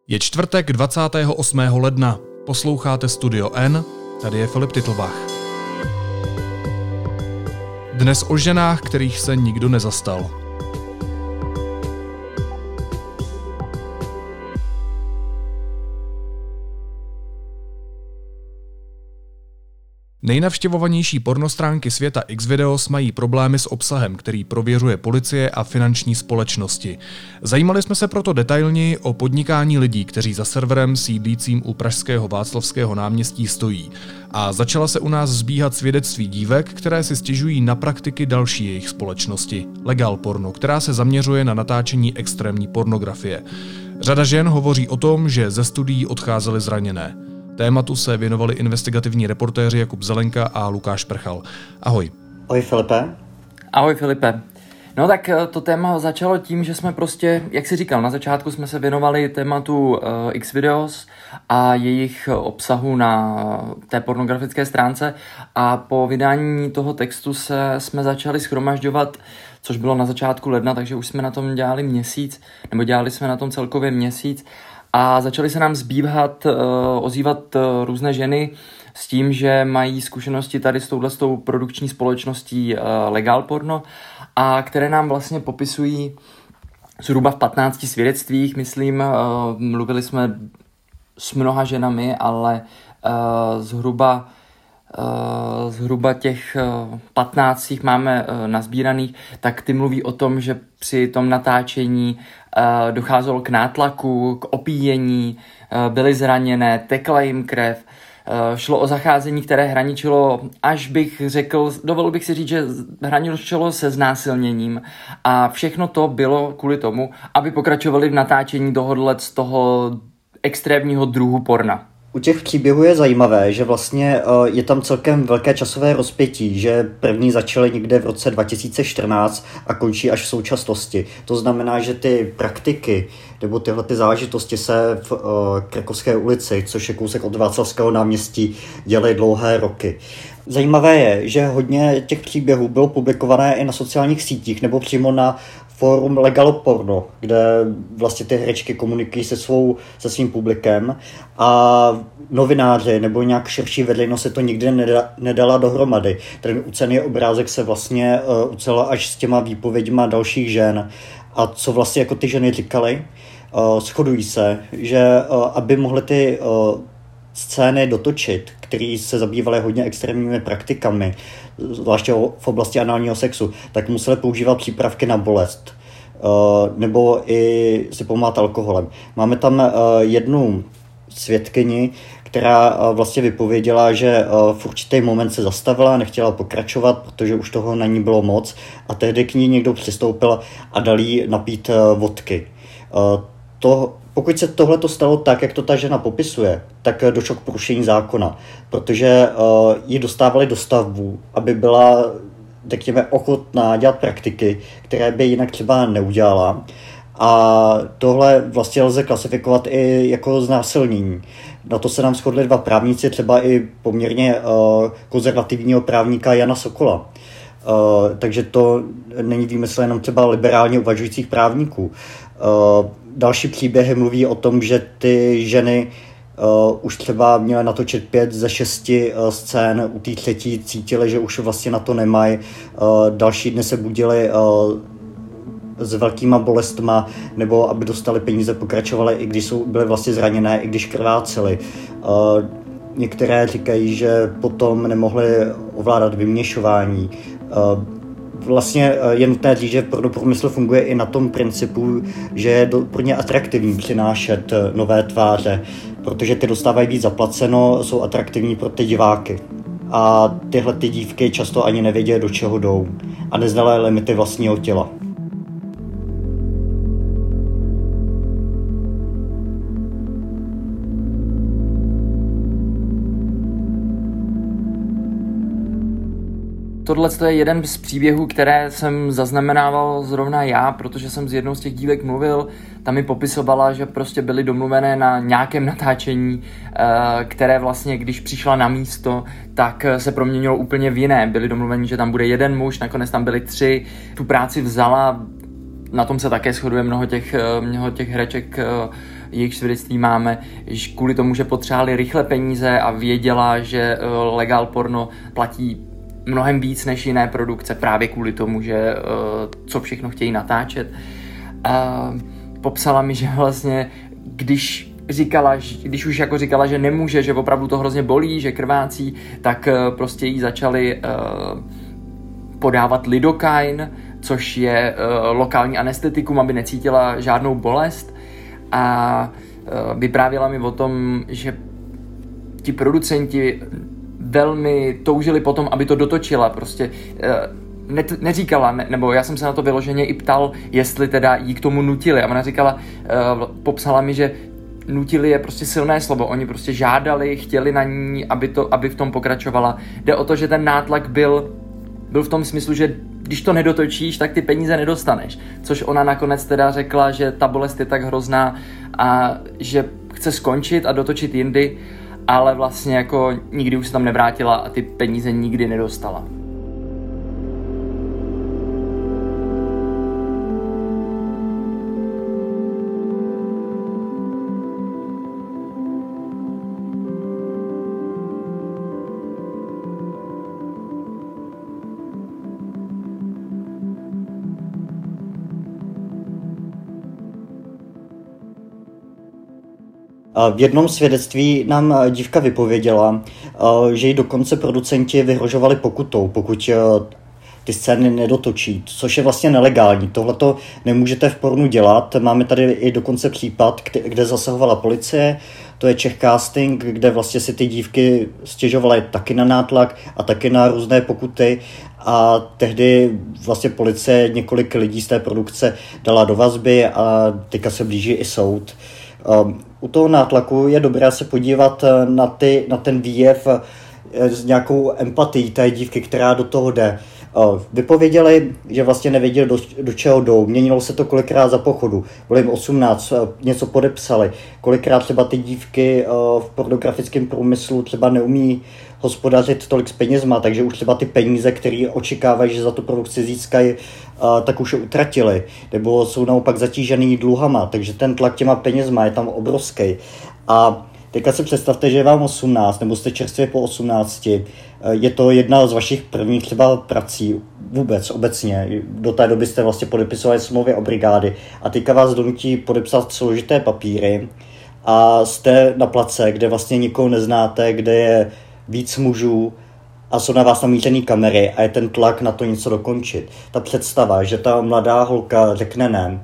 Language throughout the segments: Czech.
Je čtvrtek 28. ledna. Posloucháte Studio N, tady je Filip Titlbach. Dnes o ženách, kterých se nikdo nezastal. Nejnavštěvovanější pornostránky světa Xvideos mají problémy s obsahem, který prověřuje policie a finanční společnosti. Zajímali jsme se proto detailněji o podnikání lidí, kteří za serverem sídlícím u pražského Václavského náměstí stojí. A začala se u nás zbíhat svědectví dívek, které si stěžují na praktiky další jejich společnosti, Legal Porno, která se zaměřuje na natáčení extrémní pornografie. Řada žen hovoří o tom, že ze studií odcházely zraněné. Tématu se věnovali investigativní reportéři Jakub Zelenka a Lukáš Prchal. Ahoj. Ahoj Filipe. Ahoj Filipe. No tak to téma začalo tím, že jsme prostě, jak jsi říkal, na začátku jsme se věnovali tématu Xvideos a jejich obsahu na té pornografické stránce a po vydání toho textu jsme začali shromažďovat, což bylo na začátku ledna, takže už jsme na tom dělali měsíc, nebo dělali jsme na tom celkově měsíc. A začaly se nám ozývat různé ženy s tím, že mají zkušenosti tady s touhletou produkční společností Legal Porno a které nám vlastně popisují zhruba v 15 svědectvích, myslím, mluvili jsme s mnoha ženami, ale zhruba těch 15 máme nazbíraných, tak ty mluví o tom, že při tom natáčení docházelo k nátlaku, k opíjení, byly zraněné, tekla jim krev, šlo o zacházení, které hraničilo, dovolil bych si říct, že hraničilo se znásilněním a všechno to bylo kvůli tomu, aby pokračovali v natáčení z toho extrémního druhu porna. U těch příběhů je zajímavé, že vlastně je tam celkem velké časové rozpětí, že první začaly někde v roce 2014 a končí až v současnosti. To znamená, že ty praktiky nebo tyhle ty záležitosti se v Krakovské ulici, což je kousek od Václavského náměstí, dělají dlouhé roky. Zajímavé je, že hodně těch příběhů bylo publikované i na sociálních sítích nebo přímo na fórum Legal Porno, kde vlastně ty herečky komunikují se svým publikem a novináři nebo nějak širší veřejnost se to nikdy nedala dohromady. Ten ucený obrázek se vlastně ucel až s těma výpověďma dalších žen. A co vlastně jako ty ženy říkaly, shodují se, že aby mohly ty scény dotočit, které se zabývaly hodně extrémními praktikami, zvláště v oblasti análního sexu, tak museli používat přípravky na bolest nebo i si pomáhat alkoholem. Máme tam jednu svědkyni, která vlastně vypověděla, že v určitý moment se zastavila, nechtěla pokračovat, protože už toho na ní bylo moc a tehdy k ní někdo přistoupil a dal jí napít vodky. Pokud se tohle stalo tak, jak to ta žena popisuje, tak došlo k porušení zákona, protože ji dostávali do stavu, aby byla, řekněme, ochotná dělat praktiky, které by jinak třeba neudělala. A tohle vlastně lze klasifikovat i jako znásilnění. Na to se nám shodli dva právníci, třeba i poměrně konzervativního právníka Jana Sokola. Takže to není výmysl jenom třeba liberálně uvažujících právníků. Další příběhy mluví o tom, že ty ženy už třeba měly natočit 5 ze 6 scén, u té třetí cítily, že už vlastně na to nemají. Další dny se budily s velkýma bolestma, nebo aby dostali peníze, pokračovali, i když byly vlastně zraněné, i když krvácely. Některé říkají, že potom nemohly ovládat vyměšování. Vlastně je nutné říct, že pornoprůmysl funguje i na tom principu, že je pro ně atraktivní přinášet nové tváře, protože ty dostávají víc zaplaceno, jsou atraktivní pro ty diváky. A tyhle ty dívky často ani nevědí, do čeho jdou a neznaly limity vlastního těla. Tohle je jeden z příběhů, které jsem zaznamenával zrovna já, protože jsem s jednou z těch dívek mluvil. Ta mi popisovala, že prostě byly domluvené na nějakém natáčení, které vlastně, když přišla na místo, tak se proměnilo úplně v jiné. Byli domluveni, že tam bude jeden muž, nakonec tam byli 3. Tu práci vzala, na tom se také shoduje mnoho těch hereček jejich svědectví máme, že kvůli tomu, že potřebovali rychle peníze a věděla, že legál porno platí mnohem víc než jiné produkce právě kvůli tomu, že co všechno chtějí natáčet. Popsala mi, že vlastně, když už jako říkala, že nemůže, že opravdu to hrozně bolí, že krvácí, tak prostě jí začali podávat lidokain, což je lokální anestetikum, aby necítila žádnou bolest. A vyprávěla mi o tom, že ti producenti velmi toužili potom, aby to dotočila. Prostě neříkala, nebo já jsem se na to vyloženě i ptal, jestli teda jí k tomu nutili. A ona říkala, popsala mi, že nutili je prostě silné slovo. Oni prostě žádali, chtěli na ní, aby v tom pokračovala. Jde o to, že ten nátlak byl v tom smyslu, že když to nedotočíš, tak ty peníze nedostaneš. Což ona nakonec teda řekla, že ta bolest je tak hrozná a že chce skončit a dotočit jindy, ale vlastně jako nikdy už se tam nevrátila a ty peníze nikdy nedostala. V jednom svědectví nám dívka vypověděla, že jí dokonce producenti vyhrožovali pokutou, pokud ty scény nedotočí, což je vlastně nelegální. Tohleto nemůžete v pornu dělat. Máme tady i dokonce případ, kde zasahovala policie, to je Czech Casting, kde vlastně si ty dívky stěžovaly taky na nátlak a taky na různé pokuty a tehdy vlastně policie několik lidí z té produkce dala do vazby a teďka se blíží i soud. U toho nátlaku je dobré se podívat na ten výjev s nějakou empatií té dívky, která do toho jde. Vypověděli, že vlastně nevěděli, do čeho jdou. Měnilo se to kolikrát za pochodu. Bylo jim 18, něco podepsali. Kolikrát třeba ty dívky v pornografickém průmyslu třeba neumí hospodařit tolik s penězma, takže už třeba ty peníze, které očekávají, že za tu produkci získají, tak už je utratili. Nebo jsou naopak zatížený dluhama, takže ten tlak těma penězma je tam obrovský. A teďka si představte, že je vám 18, nebo jste čerstvě po 18, je to jedna z vašich prvních třeba prací vůbec, obecně. Do té doby jste vlastně podepisovali smlouvy o brigády a teďka vás donutí podepsat složité papíry a jste na place, kde vlastně nikoho neznáte, kde je víc mužů a jsou na vás namířený kamery a je ten tlak na to něco dokončit. Ta představa, že ta mladá holka řekne ne,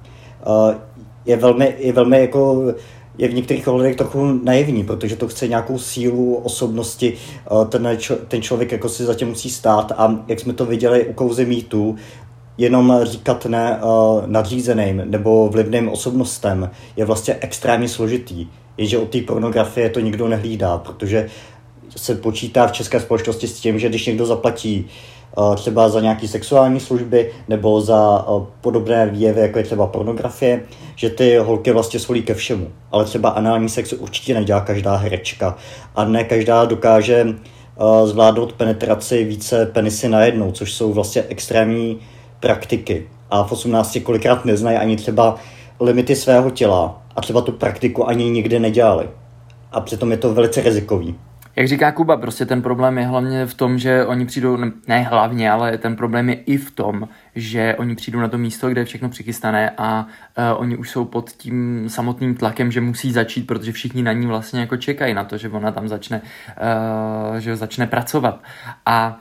je velmi jako... je v některých ohledech trochu naivní, protože to chce nějakou sílu osobnosti, ten člověk jako si zatím musí stát a jak jsme to viděli u kauzy mýtů, jenom říkat ne nadřízeným nebo vlivným osobnostem je vlastně extrémně složitý. Jenže od té pornografie to nikdo nehlídá, protože se počítá v české společnosti s tím, že když někdo zaplatí třeba za nějaké sexuální služby nebo za podobné výjevy, jako je třeba pornografie, že ty holky vlastně svolí ke všemu. Ale třeba anální sex určitě nedělá každá herečka a ne každá dokáže zvládnout penetraci více penisy najednou, což jsou vlastně extrémní praktiky. A v 18 kolikrát neznají ani třeba limity svého těla a třeba tu praktiku ani nikdy nedělali. A přitom je to velice rizikový. Jak říká Kuba, prostě ten problém je hlavně v tom, že oni přijdou, ne hlavně, ale ten problém je i v tom, že oni přijdou na to místo, kde je všechno přichystané a oni už jsou pod tím samotným tlakem, že musí začít, protože všichni na ní vlastně jako čekají na to, že ona tam začne pracovat. A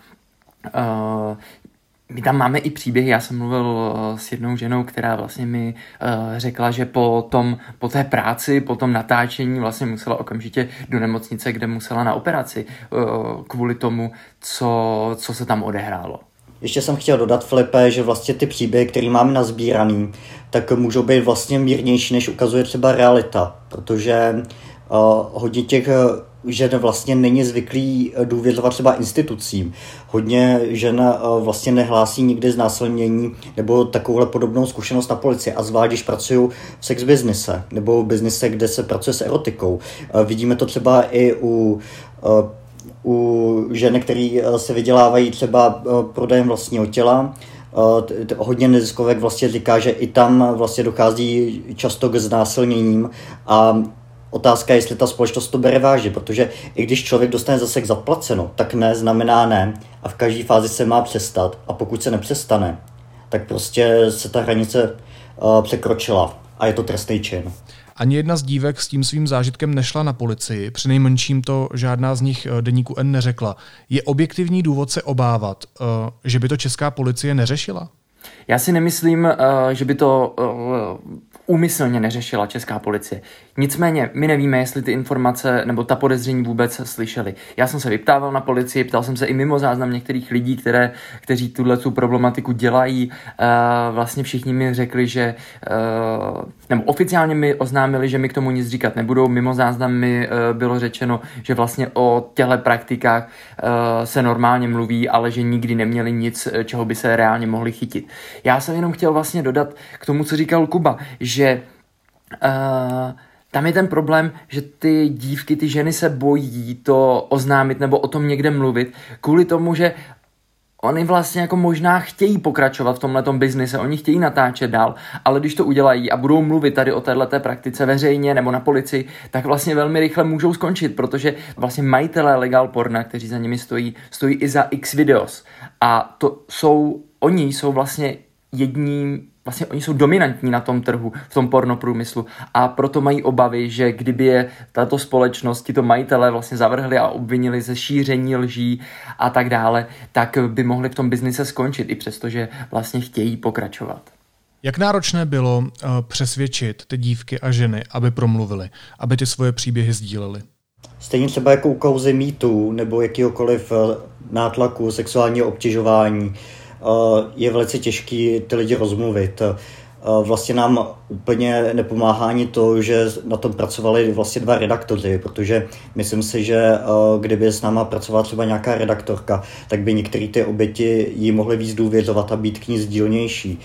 my tam máme i příběhy, já jsem mluvil s jednou ženou, která vlastně mi řekla, že po té práci, po tom natáčení vlastně musela okamžitě do nemocnice, kde musela na operaci kvůli tomu, co se tam odehrálo. Ještě jsem chtěl dodat, Filipe, že vlastně ty příběhy, které máme nazbíraný, tak můžou být vlastně mírnější, než ukazuje třeba realita, protože hodně těch žen vlastně není zvyklý důvěřovat třeba institucím. Hodně žen vlastně nehlásí nikdy znásilnění nebo takovouhle podobnou zkušenost na policii a zvlášť, když pracují v sex biznise nebo v biznise, kde se pracuje s erotikou. Vidíme to třeba i u žen, který se vydělávají třeba prodejem vlastního těla Hodně neziskovek vlastně říká, že i tam vlastně dochází často k znásilněním a otázka je, jestli ta společnost to bere vážně, protože i když člověk dostane za sex zaplaceno, tak ne znamená ne a v každé fázi se má přestat a pokud se nepřestane, tak prostě se ta hranice překročila a je to trestný čin. Ani jedna z dívek s tím svým zážitkem nešla na policii, přinejmenším to žádná z nich deníku N neřekla. Je objektivní důvod se obávat, že by to česká policie neřešila? Já si nemyslím, že by to úmyslně neřešila česká policie. Nicméně my nevíme, jestli ty informace nebo ta podezření vůbec slyšeli. Já jsem se vyptával na policii, ptal jsem se i mimo záznam některých lidí, kteří tu problematiku dělají. Vlastně všichni mi řekli, že nebo oficiálně mi oznámili, že mi k tomu nic říkat nebudou. Mimo záznam mi bylo řečeno, že vlastně o těchto praktikách se normálně mluví, ale že nikdy neměli nic, čeho by se reálně mohli chytit. Já jsem jenom chtěl vlastně dodat k tomu, co říkal Kuba, že tam je ten problém, že ty dívky, ty ženy se bojí to oznámit nebo o tom někde mluvit, kvůli tomu, že oni vlastně jako možná chtějí pokračovat v tomhletom biznise, oni chtějí natáčet dál, ale když to udělají a budou mluvit tady o téhleté praktice veřejně nebo na policii, tak vlastně velmi rychle můžou skončit, protože vlastně majitelé Legal Porna, kteří za nimi stojí i za Xvideos a oni jsou vlastně oni jsou dominantní na tom trhu, v tom pornoprůmyslu a proto mají obavy, že kdyby je tato společnost, tito majitelé vlastně zavrhli a obvinili ze šíření lží a tak dále, tak by mohli v tom biznise skončit, i přesto, že vlastně chtějí pokračovat. Jak náročné bylo přesvědčit ty dívky a ženy, aby promluvili, aby ty svoje příběhy sdíleli? Stejně třeba jako u kauzy mýtu nebo jakýhokoliv nátlaku, sexuálního obtěžování, je velice těžký ty lidi rozmluvit. Vlastně nám úplně nepomáhá ani to, že na tom pracovali vlastně 2 redaktoři, protože myslím si, že kdyby s náma pracovala třeba nějaká redaktorka, tak by některé ty oběti jí mohly víc důvěřovat a být k ní sdílnější.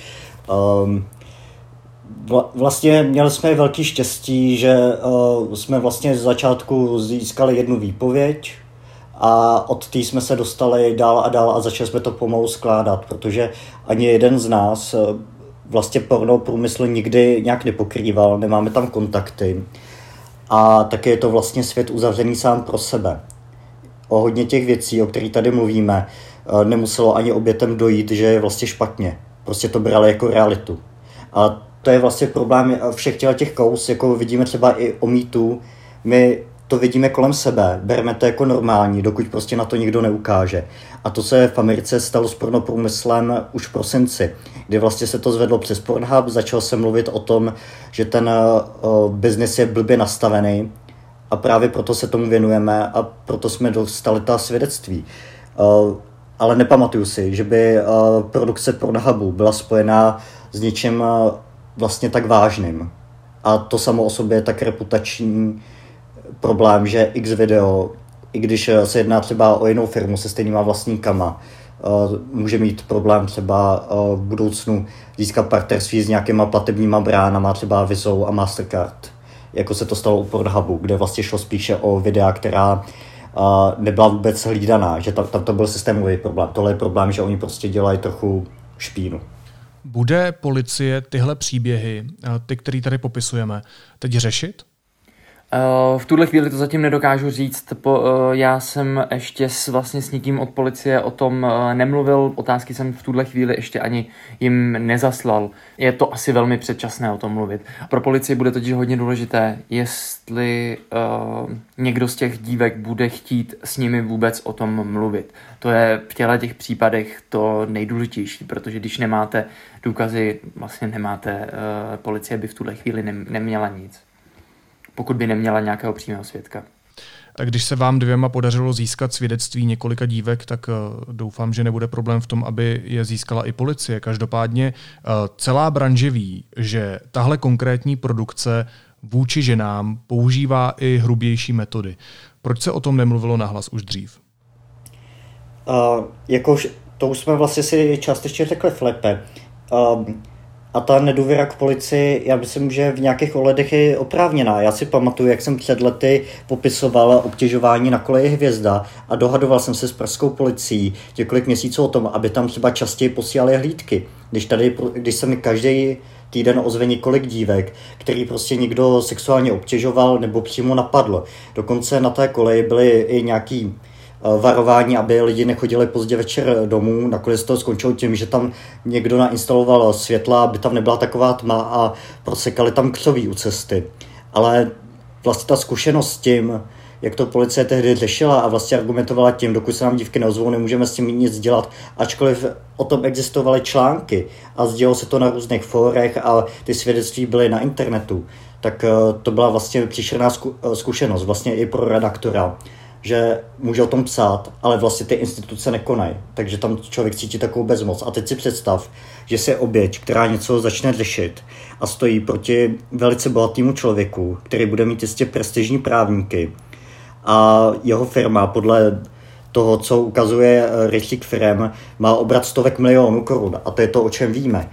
Vlastně měli jsme velký štěstí, že jsme vlastně z začátku získali 1 výpověď, a od té jsme se dostali dál a dál a začali jsme to pomalu skládat, protože ani jeden z nás vlastně porno průmysl nikdy nějak nepokrýval, nemáme tam kontakty a také je to vlastně svět uzavřený sám pro sebe. O hodně těch věcí, o kterých tady mluvíme, nemuselo ani obětem dojít, že je vlastně špatně. Prostě to brali jako realitu. A to je vlastně problém všech těch kauz, jako vidíme třeba i o mýtu, my to vidíme kolem sebe, bereme to jako normální, dokud prostě na to nikdo neukáže. A to se v Americe stalo s pornoprůmyslem už v prosinci, kdy vlastně se to zvedlo přes Pornhub, začal se mluvit o tom, že ten biznis je blbě nastavený a právě proto se tomu věnujeme a proto jsme dostali ta svědectví. Ale nepamatuju si, že by produkce Pornhubu byla spojená s něčím vlastně tak vážným. A to samo o sobě je tak reputační problém, že Xvideo, i když se jedná třeba o jinou firmu se stejnýma vlastníkama, může mít problém třeba v budoucnu získat partnerství s nějakýma platebníma bránama, třeba Vizou a Mastercard. Jako se to stalo u Pornhubu, kde vlastně šlo spíše o videa, která nebyla vůbec hlídaná, že tam to byl systémový problém. Tohle je problém, že oni prostě dělají trochu špínu. Bude policie tyhle příběhy, ty, které tady popisujeme, teď řešit? V tuhle chvíli to zatím nedokážu říct. Já jsem ještě vlastně s nikým od policie o tom nemluvil. Otázky jsem v tuhle chvíli ještě ani jim nezaslal. Je to asi velmi předčasné o tom mluvit. Pro policii bude totiž hodně důležité, jestli někdo z těch dívek bude chtít s nimi vůbec o tom mluvit. To je v těch případech to nejdůležitější, protože když nemáte důkazy, vlastně nemáte, policie by v tuhle chvíli neměla nic, pokud by neměla nějakého přímého svědka. Tak když se vám 2 podařilo získat svědectví několika dívek, tak doufám, že nebude problém v tom, aby je získala i policie. Každopádně celá branže ví, že tahle konkrétní produkce vůči ženám používá i hrubější metody. Proč se o tom nemluvilo nahlas už dřív? To už jsme vlastně si částečně řekli, Filipe. A ta nedůvěra k policii, já myslím, že v nějakých ohledech je oprávněná. Já si pamatuju, jak jsem před lety popisoval obtěžování na koleji Hvězda a dohadoval jsem se s pražskou policií několik měsíců o tom, aby tam třeba častěji posílali hlídky. Když se mi každý týden ozve několik dívek, který prostě někdo sexuálně obtěžoval nebo přímo napadl. Dokonce na té koleji byly i nějaký varování, aby lidi nechodili pozdě večer domů. Nakonec to skončilo tím, že tam někdo nainstaloval světla, aby tam nebyla taková tma a prosekali tam křoví u cesty. Ale vlastně ta zkušenost s tím, jak to policie tehdy řešila a vlastně argumentovala tím, dokud se nám dívky neozvou, nemůžeme s tím nic dělat, ačkoliv o tom existovaly články a sdělilo se to na různých fórech a ty svědectví byly na internetu, tak to byla vlastně příšerná zkušenost vlastně i pro redaktora, že může o tom psát, ale vlastně ty instituce nekonají, takže tam člověk cítí takovou bezmoc. A teď si představ, že se oběť, která něco začne řešit a stojí proti velice bohatému člověku, který bude mít jistě prestižní právníky a jeho firma podle toho, co ukazuje rejstřík firem, má obrat stovek milionů korun a to je to, o čem víme.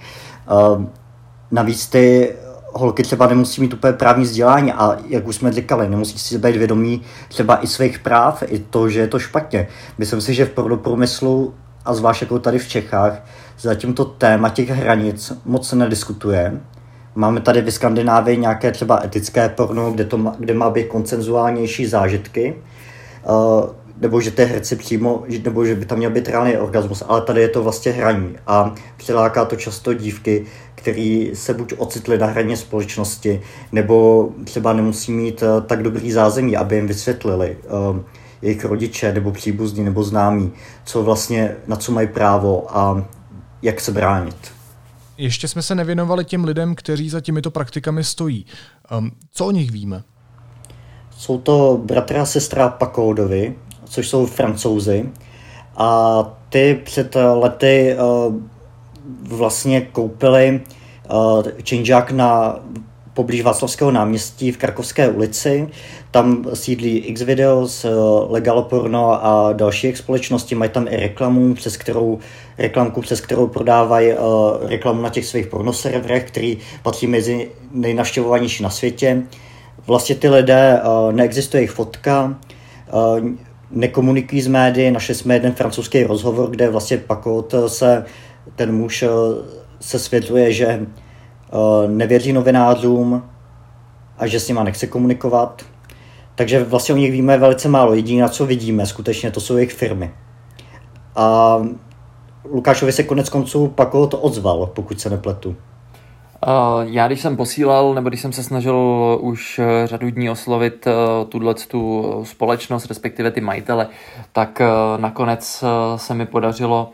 Navíc ty holky třeba nemusí mít úplně právní vzdělání a jak už jsme říkali, nemusí si být vědomí třeba i svých práv, i to, že je to špatně. Myslím si, že v průmyslu a zvlášť jako tady v Čechách zatím to téma těch hranic moc se nediskutuje. Máme tady v Skandinávii nějaké třeba etické porno, kde má být konsenzuálnější zážitky, nebo že ty herci přímo, nebo že by tam měl být reálný orgasmus, ale tady je to vlastně hraní a přiláká to často dívky, který se buď ocitli na hraně společnosti, nebo třeba nemusí mít tak dobrý zázemí, aby jim vysvětlili jejich rodiče, nebo příbuzní, nebo známí, co vlastně, na co mají právo a jak se bránit. Ještě jsme se nevěnovali těm lidem, kteří za těmito praktikami stojí. Co o nich víme? Jsou to bratr a sestra Pacaudovi, což jsou Francouzi. A ty před lety vlastně koupili činžák poblíž Václavského náměstí v Krakovské ulici. Tam sídlí Xvideos, Legal Porno a další společnosti. Mají tam i reklamku, přes kterou prodávají reklamu na těch svých pornoserverech, který patří mezi nejnavštěvovanější na světě. Vlastně ty lidé, neexistuje jejich fotka, nekomunikují s médii. Našli jsme jeden francouzský rozhovor, kde vlastně Pacaud ten muž se světluje, že nevěří novinářům a že s nima nechce komunikovat. Takže vlastně o nich víme velice málo. Jediné, co vidíme skutečně, to jsou jejich firmy. A Lukášovi se konec konců Pacaud odzval, pokud se nepletu. Já když jsem posílal, nebo když jsem se snažil už řadu dní oslovit tu společnost, respektive ty majitele, tak nakonec se mi podařilo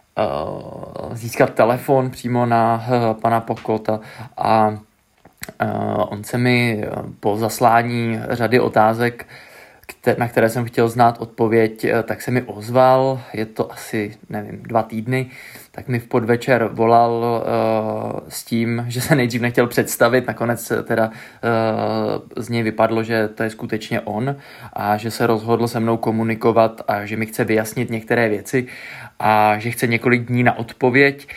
získat telefon přímo na pana Pacauda a on se mi po zaslání řady otázek, na které jsem chtěl znát odpověď, tak se mi ozval, je to asi, 2 týdny, tak mi v podvečer volal s tím, že se nejdřív nechtěl představit, nakonec teda z něj vypadlo, že to je skutečně on a že se rozhodl se mnou komunikovat a že mi chce vyjasnit některé věci a že chce několik dní na odpověď.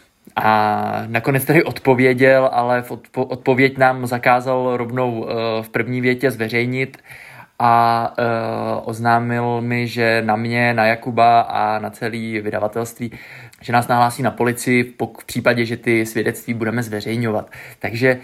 A nakonec tedy odpověděl, ale odpověď nám zakázal rovnou v první větě zveřejnit a oznámil mi, že na mě, na Jakuba a na celé vydavatelství, že nás nahlásí na policii v případě, že ty svědectví budeme zveřejňovat. Takže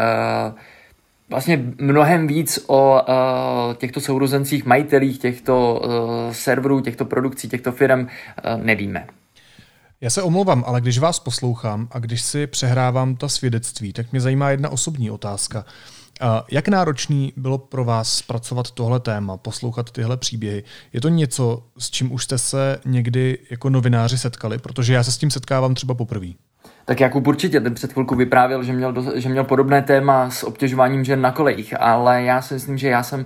vlastně mnohem víc o těchto sourozencích, majitelích těchto serverů, těchto produkcí, těchto firm nevíme. Já se omlouvám, ale když vás poslouchám a když si přehrávám ta svědectví, tak mě zajímá jedna osobní otázka. Jak náročný bylo pro vás zpracovat tohle téma, poslouchat tyhle příběhy? Je to něco, s čím už jste se někdy jako novináři setkali? Protože já se s tím setkávám třeba poprvé. Tak Jakub určitě, ten před chvilkou vyprávěl, že měl podobné téma s obtěžováním žen na kolejích, ale já si myslím, že já jsem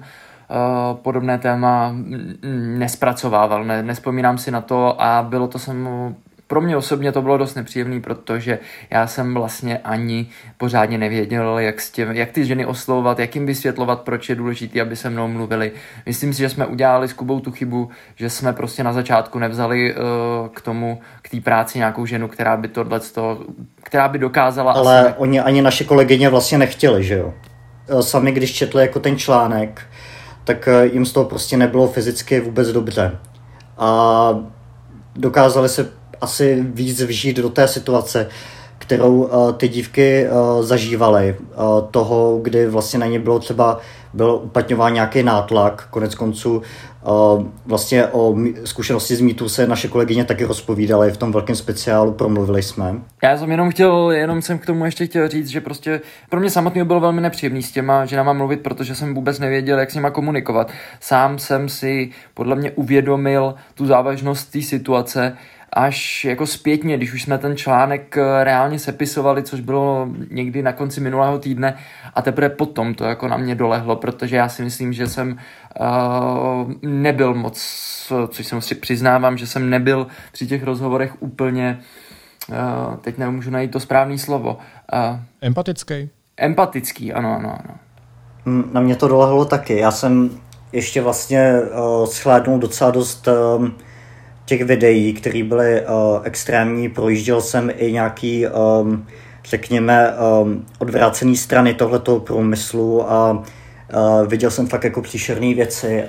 podobné téma nespracovával, nespomínám si na to a bylo to pro mě osobně to bylo dost nepříjemný, protože já jsem vlastně ani pořádně nevěděl, jak ty ženy oslovovat, jak jim vysvětlovat, proč je důležité, aby se mnou mluvili. Myslím si, že jsme udělali s Kubou tu chybu, že jsme prostě na začátku nevzali k té práci nějakou ženu, která by dokázala... Ale oni ani naše kolegyně vlastně nechtěli, že jo? Sami, když četli jako ten článek, tak jim z toho prostě nebylo fyzicky vůbec dobře. A dokázali se asi víc vžít do té situace, kterou ty dívky zažívaly. Toho, kdy vlastně na ně byl uplatňován nějaký nátlak. Konec konců vlastně o zkušenosti z mýtu se naše kolegyně taky rozpovídaly v tom velkém speciálu, promluvili jsme. Já jsem jenom jsem k tomu ještě chtěl říct, že prostě pro mě samotný bylo velmi nepříjemný s těma ženama mluvit, protože jsem vůbec nevěděl, jak s nima komunikovat. Sám jsem si podle mě uvědomil tu závažnost té situace až jako zpětně, když už jsme ten článek reálně sepisovali, což bylo někdy na konci minulého týdne, a teprve potom to jako na mě dolehlo, protože já si myslím, že jsem nebyl moc, což jsem si přiznávám, že jsem nebyl při těch rozhovorech úplně, teď nemůžu najít to správné slovo. Empatický, ano. Na mě to dolehlo taky. Já jsem ještě vlastně shlédnul docela dost těch videí, které byly extrémní. Projížděl jsem i nějaký, řekněme, odvrácený strany tohletoho průmyslu a viděl jsem fakt jako příšerné věci,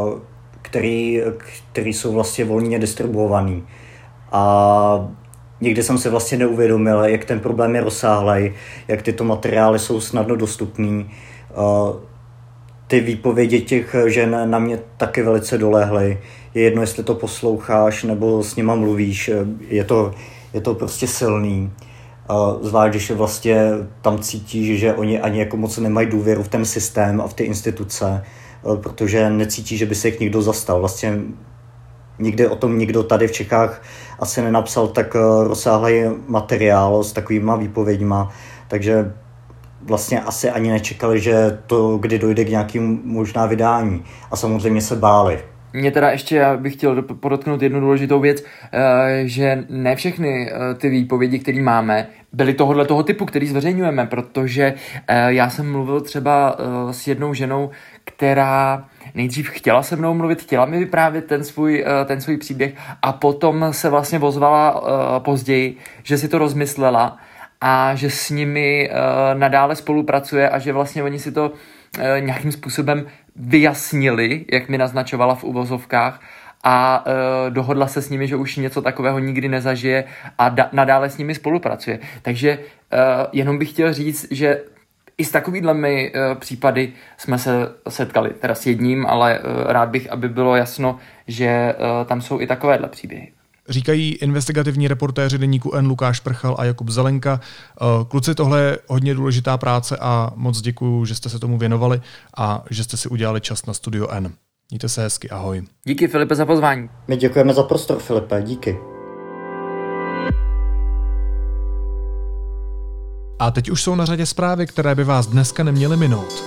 které jsou vlastně volně distribuované. A nikdy jsem si vlastně neuvědomil, jak ten problém je rozsáhlej, jak tyto materiály jsou snadno dostupný. Ty výpovědi těch žen na mě taky velice dolehly. Je jedno, jestli to posloucháš nebo s nima mluvíš, je to prostě silný. Zvlášť, když vlastně tam cítíš, že oni ani jako moc nemají důvěru v ten systém a v ty instituce, protože necítí, že by se jich někdo zastal. Vlastně nikdy o tom nikdo tady v Čechách asi nenapsal tak rozsáhlý materiál s takovýma výpověďma, takže vlastně asi ani nečekali, že to kdy dojde k nějakým možná vydání. A samozřejmě se báli. Mě teda ještě, já bych chtěl podotknout jednu důležitou věc, že ne všechny ty výpovědi, které máme, byly toho typu, který zveřejňujeme, protože já jsem mluvil třeba s jednou ženou, která nejdřív chtěla se mnou mluvit, chtěla mi vyprávět ten svůj příběh a potom se vlastně ozvala později, že si to rozmyslela a že s nimi nadále spolupracuje a že vlastně oni si to nějakým způsobem vyjasnili, jak mi naznačovala v uvozovkách, a dohodla se s nimi, že už něco takového nikdy nezažije a nadále s nimi spolupracuje. Takže jenom bych chtěl říct, že i s takovými případy jsme se setkali, teda s jedním, ale rád bych, aby bylo jasno, že tam jsou i takovéhle příběhy. Říkají investigativní reportéři deníku N Lukáš Prchal a Jakub Zelenka. Kluci, tohle je hodně důležitá práce a moc děkuju, že jste se tomu věnovali a že jste si udělali čas na Studio N. Mějte se hezky, ahoj. Díky, Filipe, za pozvání. My děkujeme za prostor, Filipe, díky. A teď už jsou na řadě zprávy, které by vás dneska neměly minout.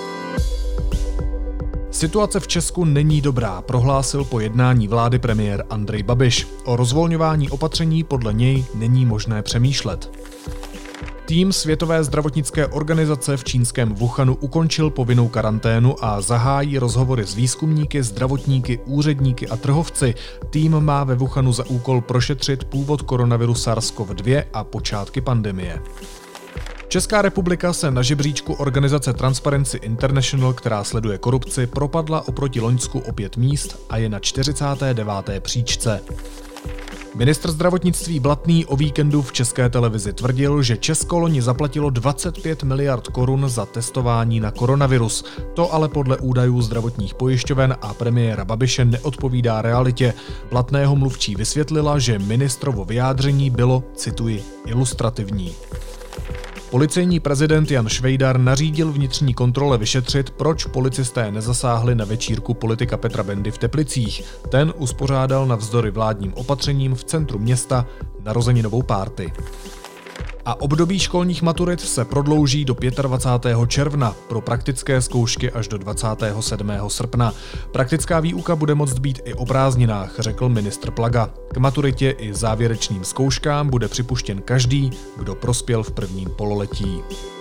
Situace v Česku není dobrá, prohlásil po jednání vlády premiér Andrej Babiš. O rozvolňování opatření podle něj není možné přemýšlet. Tým Světové zdravotnické organizace v čínském Wuhanu ukončil povinnou karanténu a zahájí rozhovory s výzkumníky, zdravotníky, úředníky a trhovci. Tým má ve Wuhanu za úkol prošetřit původ koronaviru SARS-CoV-2 a počátky pandemie. Česká republika se na žebříčku organizace Transparency International, která sleduje korupci, propadla oproti loňsku o 5 míst a je na 49. příčce. Ministr zdravotnictví Blatný o víkendu v České televizi tvrdil, že Česko loni zaplatilo 25 miliard korun za testování na koronavirus. To ale podle údajů zdravotních pojišťoven a premiéra Babiše neodpovídá realitě. Blatného mluvčí vysvětlila, že ministrovo vyjádření bylo, cituji, ilustrativní. Policejní prezident Jan Švejdar nařídil vnitřní kontrole vyšetřit, proč policisté nezasáhli na večírku politika Petra Bendy v Teplicích. Ten uspořádal navzdory vládním opatřením v centru města narozeninovou párty. A období školních maturit se prodlouží do 25. června, pro praktické zkoušky až do 27. srpna. Praktická výuka bude moct být i o prázdninách, řekl ministr Plaga. K maturitě i závěrečným zkouškám bude připuštěn každý, kdo prospěl v prvním pololetí.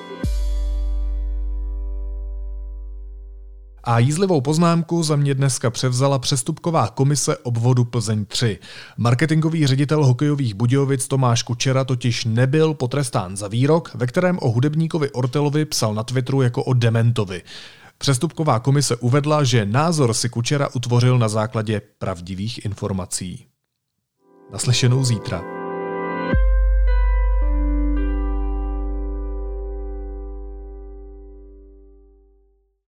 A jízlivou poznámku za mě dneska převzala přestupková komise obvodu Plzeň 3. Marketingový ředitel hokejových Budějovic Tomáš Kučera totiž nebyl potrestán za výrok, ve kterém o hudebníkovi Ortelovi psal na Twitteru jako o dementovi. Přestupková komise uvedla, že názor si Kučera utvořil na základě pravdivých informací. Naslyšenou zítra.